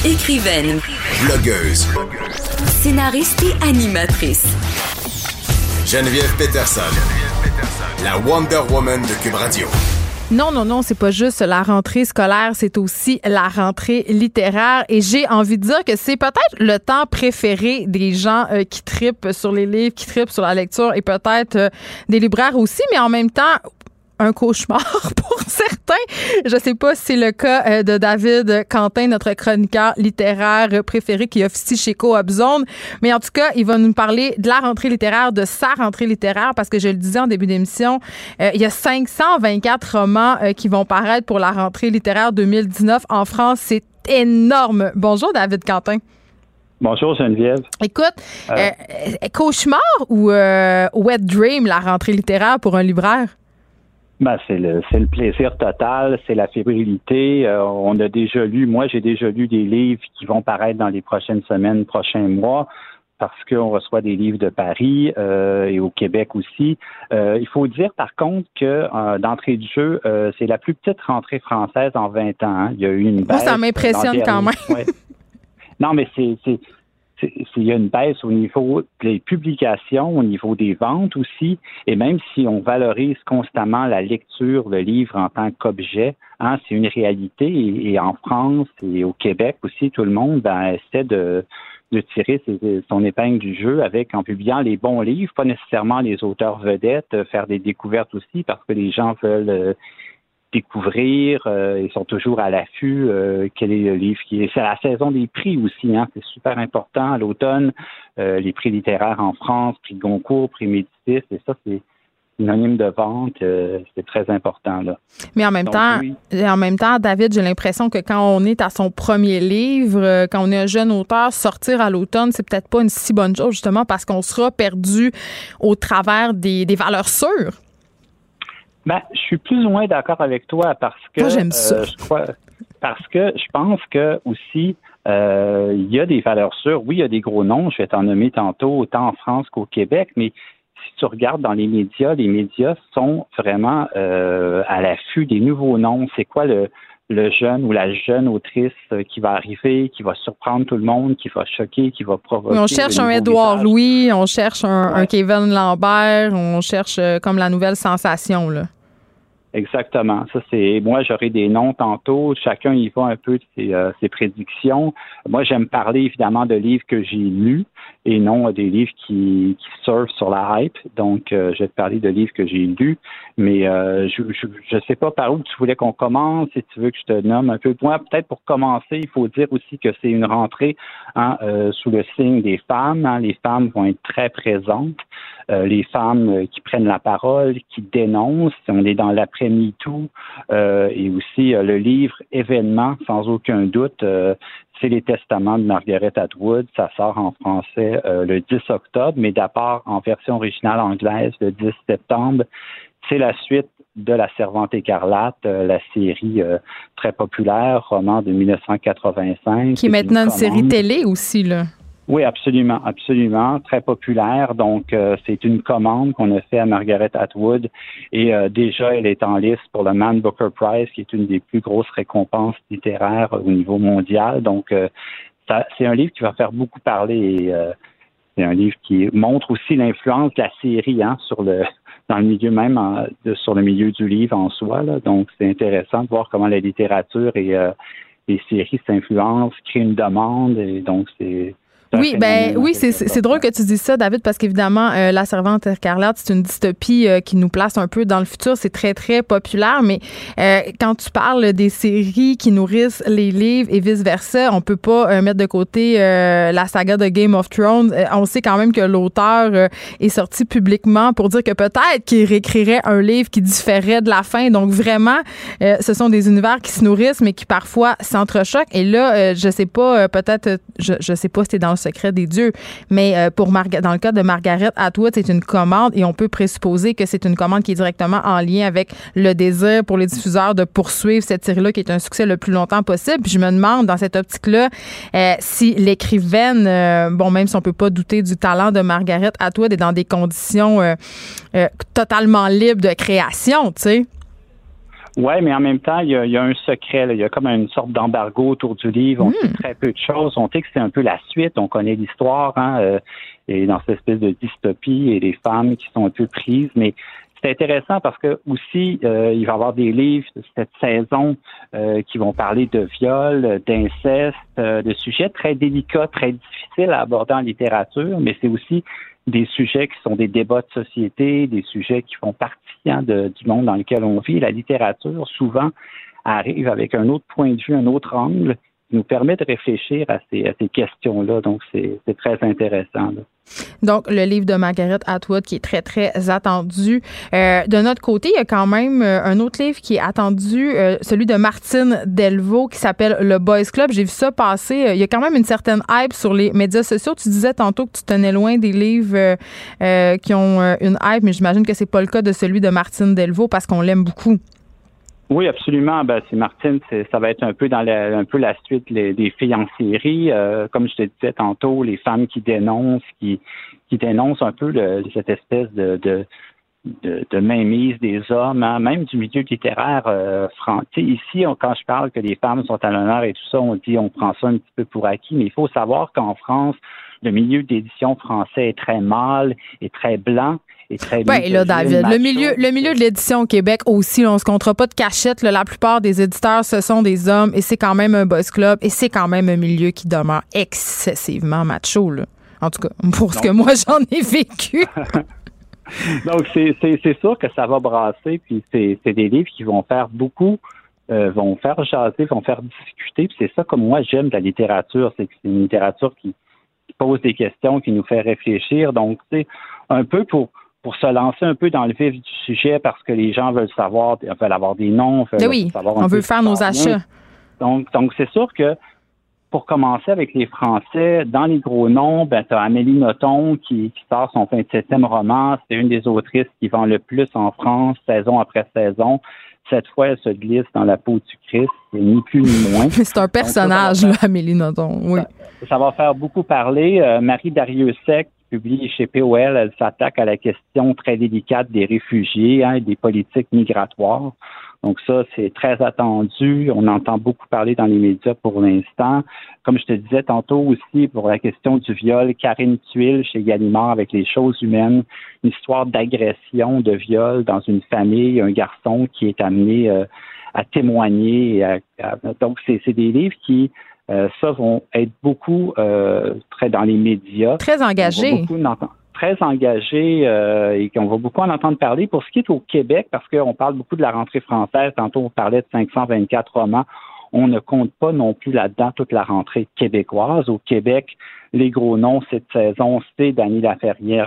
Écrivaine, blogueuse, scénariste et animatrice. Geneviève Peterson, la Wonder Woman de Cube Radio. Non, c'est pas juste la rentrée scolaire, c'est aussi la rentrée littéraire. Et j'ai envie de dire que c'est peut-être le temps préféré des gens qui trippent sur les livres, qui trippent sur la lecture et peut-être des libraires aussi, mais en même temps, un cauchemar pour certains. Je sais pas si c'est le cas de David Quentin, notre chroniqueur littéraire préféré qui officie chez Coop Zone. Mais en tout cas, il va nous parler de la rentrée littéraire, de sa rentrée littéraire, parce que je le disais en début d'émission, il y a 524 romans qui vont paraître pour la rentrée littéraire 2019 en France. C'est énorme. Bonjour, David Quentin. Bonjour Geneviève. Écoute, cauchemar ou wet dream, la rentrée littéraire pour un libraire? Ben, c'est le plaisir total, c'est la fébrilité. On a déjà lu, moi j'ai déjà lu des livres qui vont paraître dans les prochaines semaines, prochains mois, parce qu'on reçoit des livres de Paris et au Québec aussi. Il faut dire par contre que d'entrée de jeu, c'est la plus petite rentrée française en 20 ans. Hein. Il y a eu une baisse. Moi, ça m'impressionne quand même. Ouais. Non, mais il y a une baisse au niveau des publications, au niveau des ventes aussi, et même si on valorise constamment la lecture, le livre en tant qu'objet, hein, c'est une réalité, et en France et au Québec aussi, tout le monde essaie de tirer son épingle du jeu en publiant les bons livres, pas nécessairement les auteurs vedettes, faire des découvertes aussi, parce que les gens veulent découvrir, ils sont toujours à l'affût, quel est le livre qui est. C'est la saison des prix aussi, hein, c'est super important. À l'automne, les prix littéraires en France, prix Goncourt, prix Médicis, et ça, c'est synonyme de vente, c'est très important, là. Mais en même temps, David, j'ai l'impression que quand on est à son premier livre, quand on est un jeune auteur, sortir à l'automne, c'est peut-être pas une si bonne chose, justement, parce qu'on sera perdu au travers des valeurs sûres. Ben, je suis plus ou moins d'accord avec toi parce que moi, j'aime ça. Parce que je pense que aussi il y a des valeurs sûres. Oui, il y a des gros noms, je vais t'en nommer tantôt, autant en France qu'au Québec, mais si tu regardes dans les médias sont vraiment à l'affût des nouveaux noms. C'est quoi le jeune ou la jeune autrice qui va arriver, qui va surprendre tout le monde, qui va choquer, qui va provoquer. On cherche un Édouard Louis, on cherche un Kevin Lambert, on cherche comme la nouvelle sensation, là. Exactement. Ça, moi, j'aurai des noms tantôt. Chacun y va un peu de ses prédictions. Moi, j'aime parler évidemment de livres que j'ai lus et non des livres qui surfent sur la hype. Donc, je vais te parler de livres que j'ai lus. Mais je sais pas par où tu voulais qu'on commence, si tu veux que je te nomme un peu. Moi, peut-être pour commencer, il faut dire aussi que c'est une rentrée sous le signe des femmes. Hein. Les femmes vont être très présentes. Les femmes qui prennent la parole, qui dénoncent. On est dans l'après-MeToo et aussi le livre événement, sans aucun doute, c'est Les Testaments de Margaret Atwood. Ça sort en français le 10 octobre, mais d'abord en version originale anglaise le 10 septembre. C'est la suite de La Servante écarlate, la série très populaire, roman de 1985. Qui est maintenant une série télé aussi, là. Oui, absolument. Très populaire. Donc, c'est une commande qu'on a fait à Margaret Atwood. Et déjà, elle est en liste pour le Man Booker Prize, qui est une des plus grosses récompenses littéraires au niveau mondial. Donc, c'est un livre qui va faire beaucoup parler. Et, c'est un livre qui montre aussi l'influence de la série dans le milieu même, sur le milieu du livre en soi. Là. Donc, c'est intéressant de voir comment la littérature et les séries s'influencent, créent une demande. Et donc, c'est c'est drôle que tu dises ça, David, parce qu'évidemment, La Servante écarlate, c'est une dystopie qui nous place un peu dans le futur. C'est très, très populaire, mais quand tu parles des séries qui nourrissent les livres et vice-versa, on peut pas mettre de côté la saga de Game of Thrones. On sait quand même que l'auteur est sorti publiquement pour dire que peut-être qu'il réécrirait un livre qui différait de la fin. Donc, vraiment, ce sont des univers qui se nourrissent, mais qui parfois s'entrechoquent. Et là, je sais pas, peut-être, je sais pas si c'est dans le secret des dieux, mais dans le cas de Margaret Atwood, c'est une commande et on peut présupposer que c'est une commande qui est directement en lien avec le désir pour les diffuseurs de poursuivre cette série-là qui est un succès le plus longtemps possible. Puis je me demande, dans cette optique-là, si l'écrivaine, même si on peut pas douter du talent de Margaret Atwood, est dans des conditions totalement libres de création, tu sais. Oui, mais en même temps, il y a un secret. Là. Il y a comme une sorte d'embargo autour du livre. On sait très peu de choses. On sait que c'est un peu la suite. On connaît l'histoire, et dans cette espèce de dystopie et les femmes qui sont un peu prises. Mais c'est intéressant parce que aussi, il va y avoir des livres de cette saison qui vont parler de viol, d'inceste, de sujets très délicats, très difficiles à aborder en littérature, mais c'est aussi des sujets qui sont des débats de société, des sujets qui font partie du monde dans lequel on vit. La littérature, souvent, arrive avec un autre point de vue, un autre angle, qui nous permet de réfléchir à ces questions-là. Donc, c'est très intéressant, là. Donc, le livre de Margaret Atwood qui est très, très attendu. De notre côté, il y a quand même un autre livre qui est attendu, celui de Martine Delvaux qui s'appelle Le Boys Club. J'ai vu ça passer. Il y a quand même une certaine hype sur les médias sociaux. Tu disais tantôt que tu tenais loin des livres qui ont une hype, mais j'imagine que c'est pas le cas de celui de Martine Delvaux parce qu'on l'aime beaucoup. Oui, absolument. Ben, c'est Martine, ça va être un peu un peu la suite des filles en série. Comme je te disais tantôt, les femmes qui dénoncent, qui dénoncent un peu cette espèce de mainmise des hommes, hein, même du milieu littéraire français. Ici, quand je parle que les femmes sont à l'honneur et tout ça, on prend ça un petit peu pour acquis, mais il faut savoir qu'en France, le milieu d'édition français est très mâle et très blanc. Oui, là, David, le milieu de l'édition au Québec aussi, là, on se comptera pas de cachette. Là, la plupart des éditeurs, ce sont des hommes et c'est quand même un boys club et c'est quand même un milieu qui demeure excessivement macho, là. En tout cas, pour ce que moi, j'en ai vécu. Donc, c'est sûr que ça va brasser, puis c'est des livres qui vont faire beaucoup, vont faire jaser, vont faire discuter, puis c'est ça comme moi j'aime de la littérature, c'est que c'est une littérature qui pose des questions, qui nous fait réfléchir. Donc, c'est un peu pour se lancer un peu dans le vif du sujet parce que les gens veulent savoir, veulent avoir des noms, oui, on veut faire nos achats. Donc c'est sûr que pour commencer avec les Français, dans les gros noms, tu as Amélie Nothomb qui sort son 27e roman. C'est une des autrices qui vend le plus en France, saison après saison. Cette fois, elle se glisse dans la peau du Christ, ni plus ni moins. C'est un personnage, là, Amélie Nothomb, oui. Ça va faire beaucoup parler. Marie Dariussec, qui publie chez POL, elle s'attaque à la question très délicate des réfugiés et des politiques migratoires. Donc ça, c'est très attendu. On entend beaucoup parler dans les médias pour l'instant. Comme je te disais tantôt aussi, pour la question du viol, Karine Tuile chez Gallimard avec Les choses humaines, une histoire d'agression, de viol dans une famille, un garçon qui est amené à témoigner. Donc, c'est des livres qui, ça, vont être beaucoup très dans les médias. Très engagés. Très engagés et qu'on va beaucoup en entendre parler. Pour ce qui est au Québec, parce qu'on parle beaucoup de la rentrée française, tantôt on parlait de 524 romans, on ne compte pas non plus là-dedans toute la rentrée québécoise. Au Québec, les gros noms cette saison, c'est Dany Laferrière,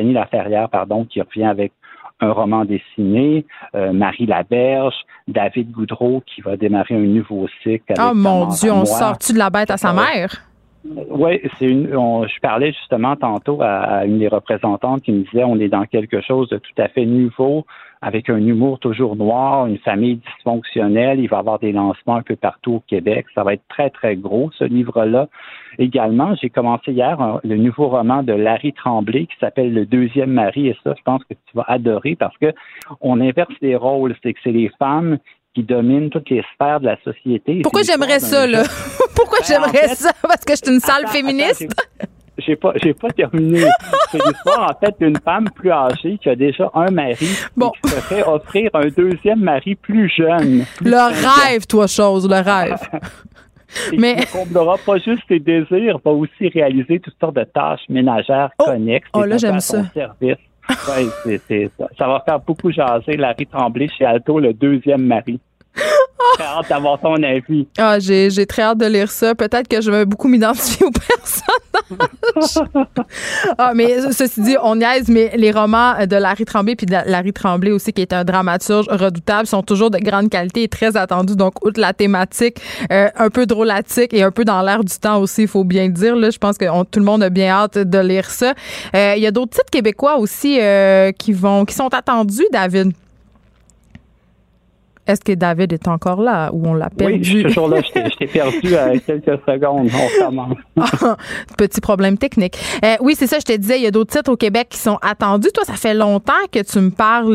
qui revient avec un roman dessiné, Marie Laberge, David Goudreau qui va démarrer un nouveau cycle. Oh mon Dieu, on sort-tu de la bête à sa mère? Oui, je parlais justement tantôt à une des représentantes qui me disait on est dans quelque chose de tout à fait nouveau, avec un humour toujours noir, une famille dysfonctionnelle. Il va y avoir des lancements un peu partout au Québec. Ça va être très, très gros, ce livre-là. Également, j'ai commencé hier le nouveau roman de Larry Tremblay qui s'appelle Le deuxième mari. Et ça, je pense que tu vas adorer parce que on inverse les rôles. C'est que c'est les femmes qui dominent toutes les sphères de la société. Pourquoi j'aimerais ça, là? Pourquoi j'aimerais ça? Parce que je suis une sale féministe? J'ai pas terminé. C'est l'histoire, en fait, d'une femme plus âgée qui a déjà un mari et qui se fait offrir un deuxième mari plus jeune. Rêve, toi, chose, le rêve. Mais qui ne comblera pas juste ses désirs, va aussi réaliser toutes sortes de tâches ménagères connexes. Oh, là, j'aime ça. Service. Ouais, c'est ça. Ça va faire beaucoup jaser Larry Tremblay chez Alto, le deuxième mari. J'ai hâte d'avoir ton avis. Ah, j'ai très hâte de lire ça. Peut-être que je vais beaucoup m'identifier aux personnages. Mais ceci dit, on niaise, mais les romans de Larry Tremblay, puis Larry Tremblay aussi, qui est un dramaturge redoutable, sont toujours de grande qualité et très attendus. Donc, outre la thématique un peu drôlatique et un peu dans l'air du temps aussi, il faut bien le dire. Là, je pense que tout le monde a bien hâte de lire ça. Il y a d'autres titres québécois aussi qui sont attendus, David. Est-ce que David est encore là ou on l'a perdu? Oui, je suis toujours là. Je t'ai perdu à quelques secondes. On commence. Petit problème technique. Oui, c'est ça, je te disais, il y a d'autres titres au Québec qui sont attendus. Toi, ça fait longtemps que tu me parles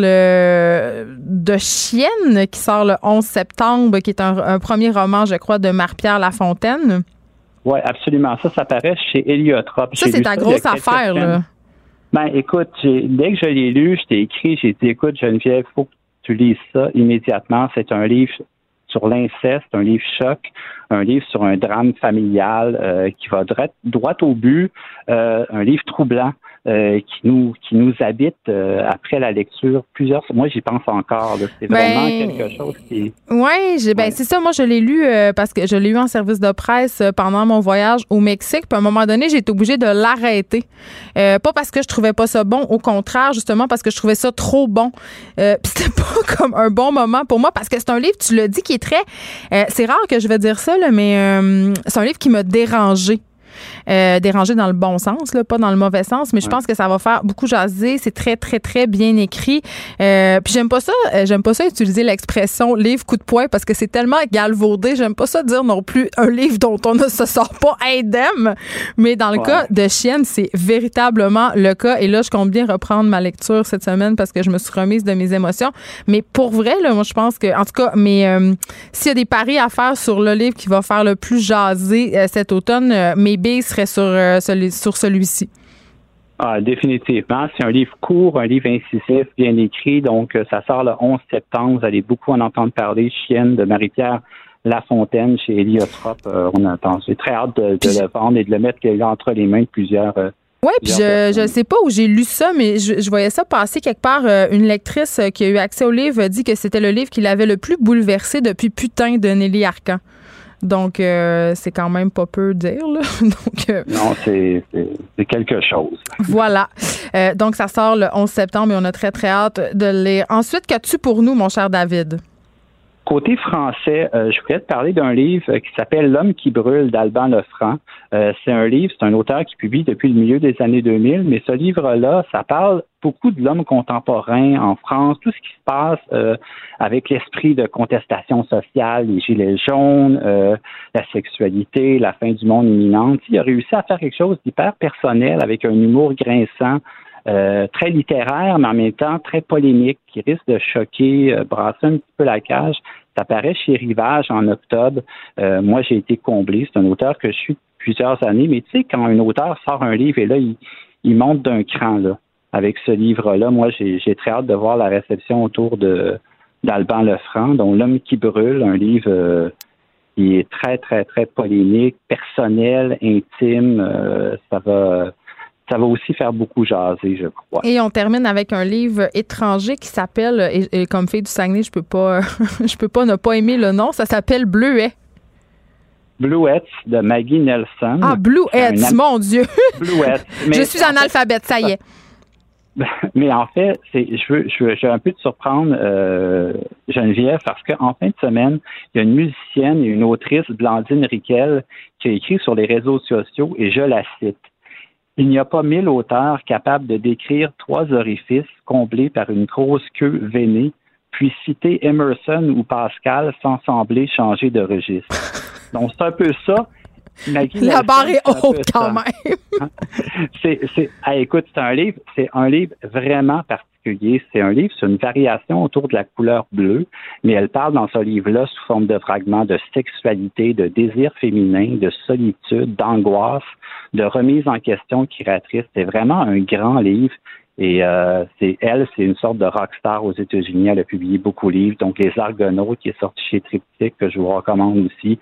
de Chienne, qui sort le 11 septembre, qui est un premier roman, je crois, de Marie-Pierre Lafontaine. Oui, absolument. Ça paraît chez Héliotrope. Ça, c'est ta grosse affaire, là. Ben, écoute, dès que je l'ai lu, je t'ai écrit, j'ai dit, écoute, Geneviève, il faut que tu lises ça immédiatement. C'est un livre sur l'inceste, un livre choc, un livre sur un drame familial qui va droit au but, un livre troublant qui nous habite après la lecture. Moi, j'y pense encore. Là. C'est vraiment quelque chose qui... Oui, c'est ça. Moi, je l'ai lu parce que je l'ai eu en service de presse pendant mon voyage au Mexique. Puis à un moment donné, j'ai été obligée de l'arrêter. Pas parce que je trouvais pas ça bon, au contraire, justement, parce que je trouvais ça trop bon. Puis c'était pas comme un bon moment pour moi parce que c'est un livre, tu l'as dit, qui est très... c'est rare que je vais dire ça, là, mais c'est un livre qui m'a dérangée. Dérangé dans le bon sens, là, pas dans le mauvais sens, mais je pense que ça va faire beaucoup jaser. C'est très, très, très bien écrit. Puis j'aime pas ça utiliser l'expression livre coup de poing parce que c'est tellement galvaudé. J'aime pas ça dire non plus un livre dont on ne se sort pas indemne. Mais dans le cas de Chienne, c'est véritablement le cas. Et là, je compte bien reprendre ma lecture cette semaine parce que je me suis remise de mes émotions. Mais pour vrai, là, moi, je pense que, en tout cas, s'il y a des paris à faire sur le livre qui va faire le plus jaser cet automne, mes billes seraient sur celui-ci. Ah, définitivement. C'est un livre court, un livre incisif, bien écrit. Donc, ça sort le 11 septembre. Vous allez beaucoup en entendre parler. Chienne de Marie-Pierre Lafontaine chez Héliotrope. J'ai très hâte de le vendre et de le mettre entre les mains de plusieurs. Oui, puis je ne sais pas où j'ai lu ça, mais je voyais ça passer quelque part. Une lectrice qui a eu accès au livre a dit que c'était le livre qui l'avait le plus bouleversé depuis Putain de Nelly Arcan. Donc, c'est quand même pas peu dire, là. Donc, non, c'est quelque chose. Voilà. Donc, ça sort le 11 septembre et on a très, très hâte de le lire. Ensuite, qu'as-tu pour nous, mon cher David? Côté français, je voulais te parler d'un livre qui s'appelle L'homme qui brûle d'Alban Lefranc. C'est un auteur qui publie depuis le milieu des années 2000, mais ce livre-là, ça parle beaucoup de l'homme contemporain en France, tout ce qui se passe avec l'esprit de contestation sociale, les gilets jaunes, la sexualité, la fin du monde imminente. Il a réussi à faire quelque chose d'hyper personnel avec un humour grinçant, très littéraire, mais en même temps très polémique, qui risque de choquer, brasser un petit peu la cage. Ça paraît chez Rivage en octobre. Moi, j'ai été comblé. C'est un auteur que je suis depuis plusieurs années. Mais tu sais, quand un auteur sort un livre et là, il monte d'un cran là, avec ce livre-là, moi, j'ai très hâte de voir la réception autour d'Alban Lefranc, dont L'homme qui brûle, un livre qui est très, très, très polémique, personnel, intime. Ça va aussi faire beaucoup jaser, je crois. Et on termine avec un livre étranger qui s'appelle, et comme fille du Saguenay, je peux pas ne pas aimer le nom, ça s'appelle Bleuets. Bleuets de Maggie Nelson. Ah, Bleuets, mon Dieu! Bleuets. Je suis analphabète, ça y est. Mais en fait, je veux un peu te surprendre, Geneviève, parce qu'en fin de semaine, il y a une musicienne et une autrice, Blandine Riquel, qui a écrit sur les réseaux sociaux, et je la cite. Il n'y a pas 1000 auteurs capables de décrire 3 orifices comblés par une grosse queue veinée, puis citer Emerson ou Pascal sans sembler changer de registre. Donc, c'est un peu ça. La barre est haute quand même. Écoute, c'est un livre vraiment particulier. C'est un livre sur une variation autour de la couleur bleue, mais elle parle dans ce livre-là sous forme de fragments de sexualité, de désir féminin, de solitude, d'angoisse, de remise en question créatrice. C'est vraiment un grand livre. Et c'est une sorte de rockstar aux États-Unis. Elle a publié beaucoup de livres. Donc, Les Argonautes, qui est sorti chez Triptyque, que je vous recommande aussi.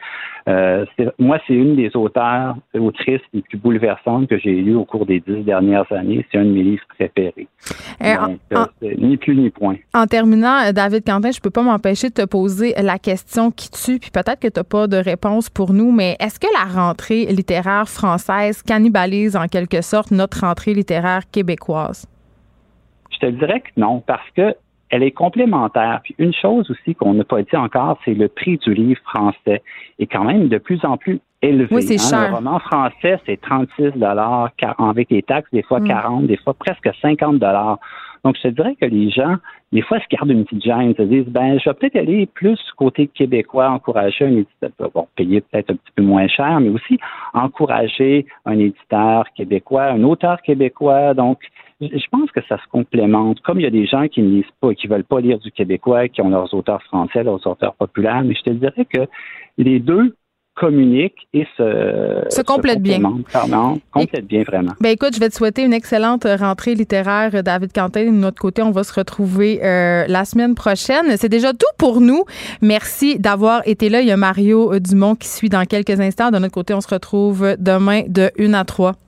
Moi, c'est une des autrices les plus bouleversantes que j'ai lues au cours des 10 dernières années. C'est un de mes livres préférés. Donc, ni plus ni point. En terminant, David Quentin, je peux pas m'empêcher de te poser la question qui tue, puis peut-être que tu n'as pas de réponse pour nous, mais est-ce que la rentrée littéraire française cannibalise en quelque sorte notre rentrée littéraire québécoise? Je te dirais que non, parce que elle est complémentaire. Puis une chose aussi qu'on n'a pas dit encore, c'est le prix du livre français est quand même de plus en plus élevé. Oui, c'est cher. Le roman français, c'est 36 $, avec les taxes, des fois 40, des fois presque 50 $. Donc, je te dirais que les gens, des fois, se gardent une petite gêne, se disent, je vais peut-être aller plus côté québécois, encourager un éditeur, payer peut-être un petit peu moins cher, mais aussi encourager un éditeur québécois, un auteur québécois. Donc, je pense que ça se complémente. Comme il y a des gens qui ne lisent pas, qui veulent pas lire du québécois, qui ont leurs auteurs français, leurs auteurs populaires, mais je te dirais que les deux communiquent et se complètent bien. Complètent bien, vraiment. Écoute, je vais te souhaiter une excellente rentrée littéraire, David Quentin. De notre côté, on va se retrouver la semaine prochaine. C'est déjà tout pour nous. Merci d'avoir été là. Il y a Mario Dumont qui suit dans quelques instants. De notre côté, on se retrouve demain de 1 à 3.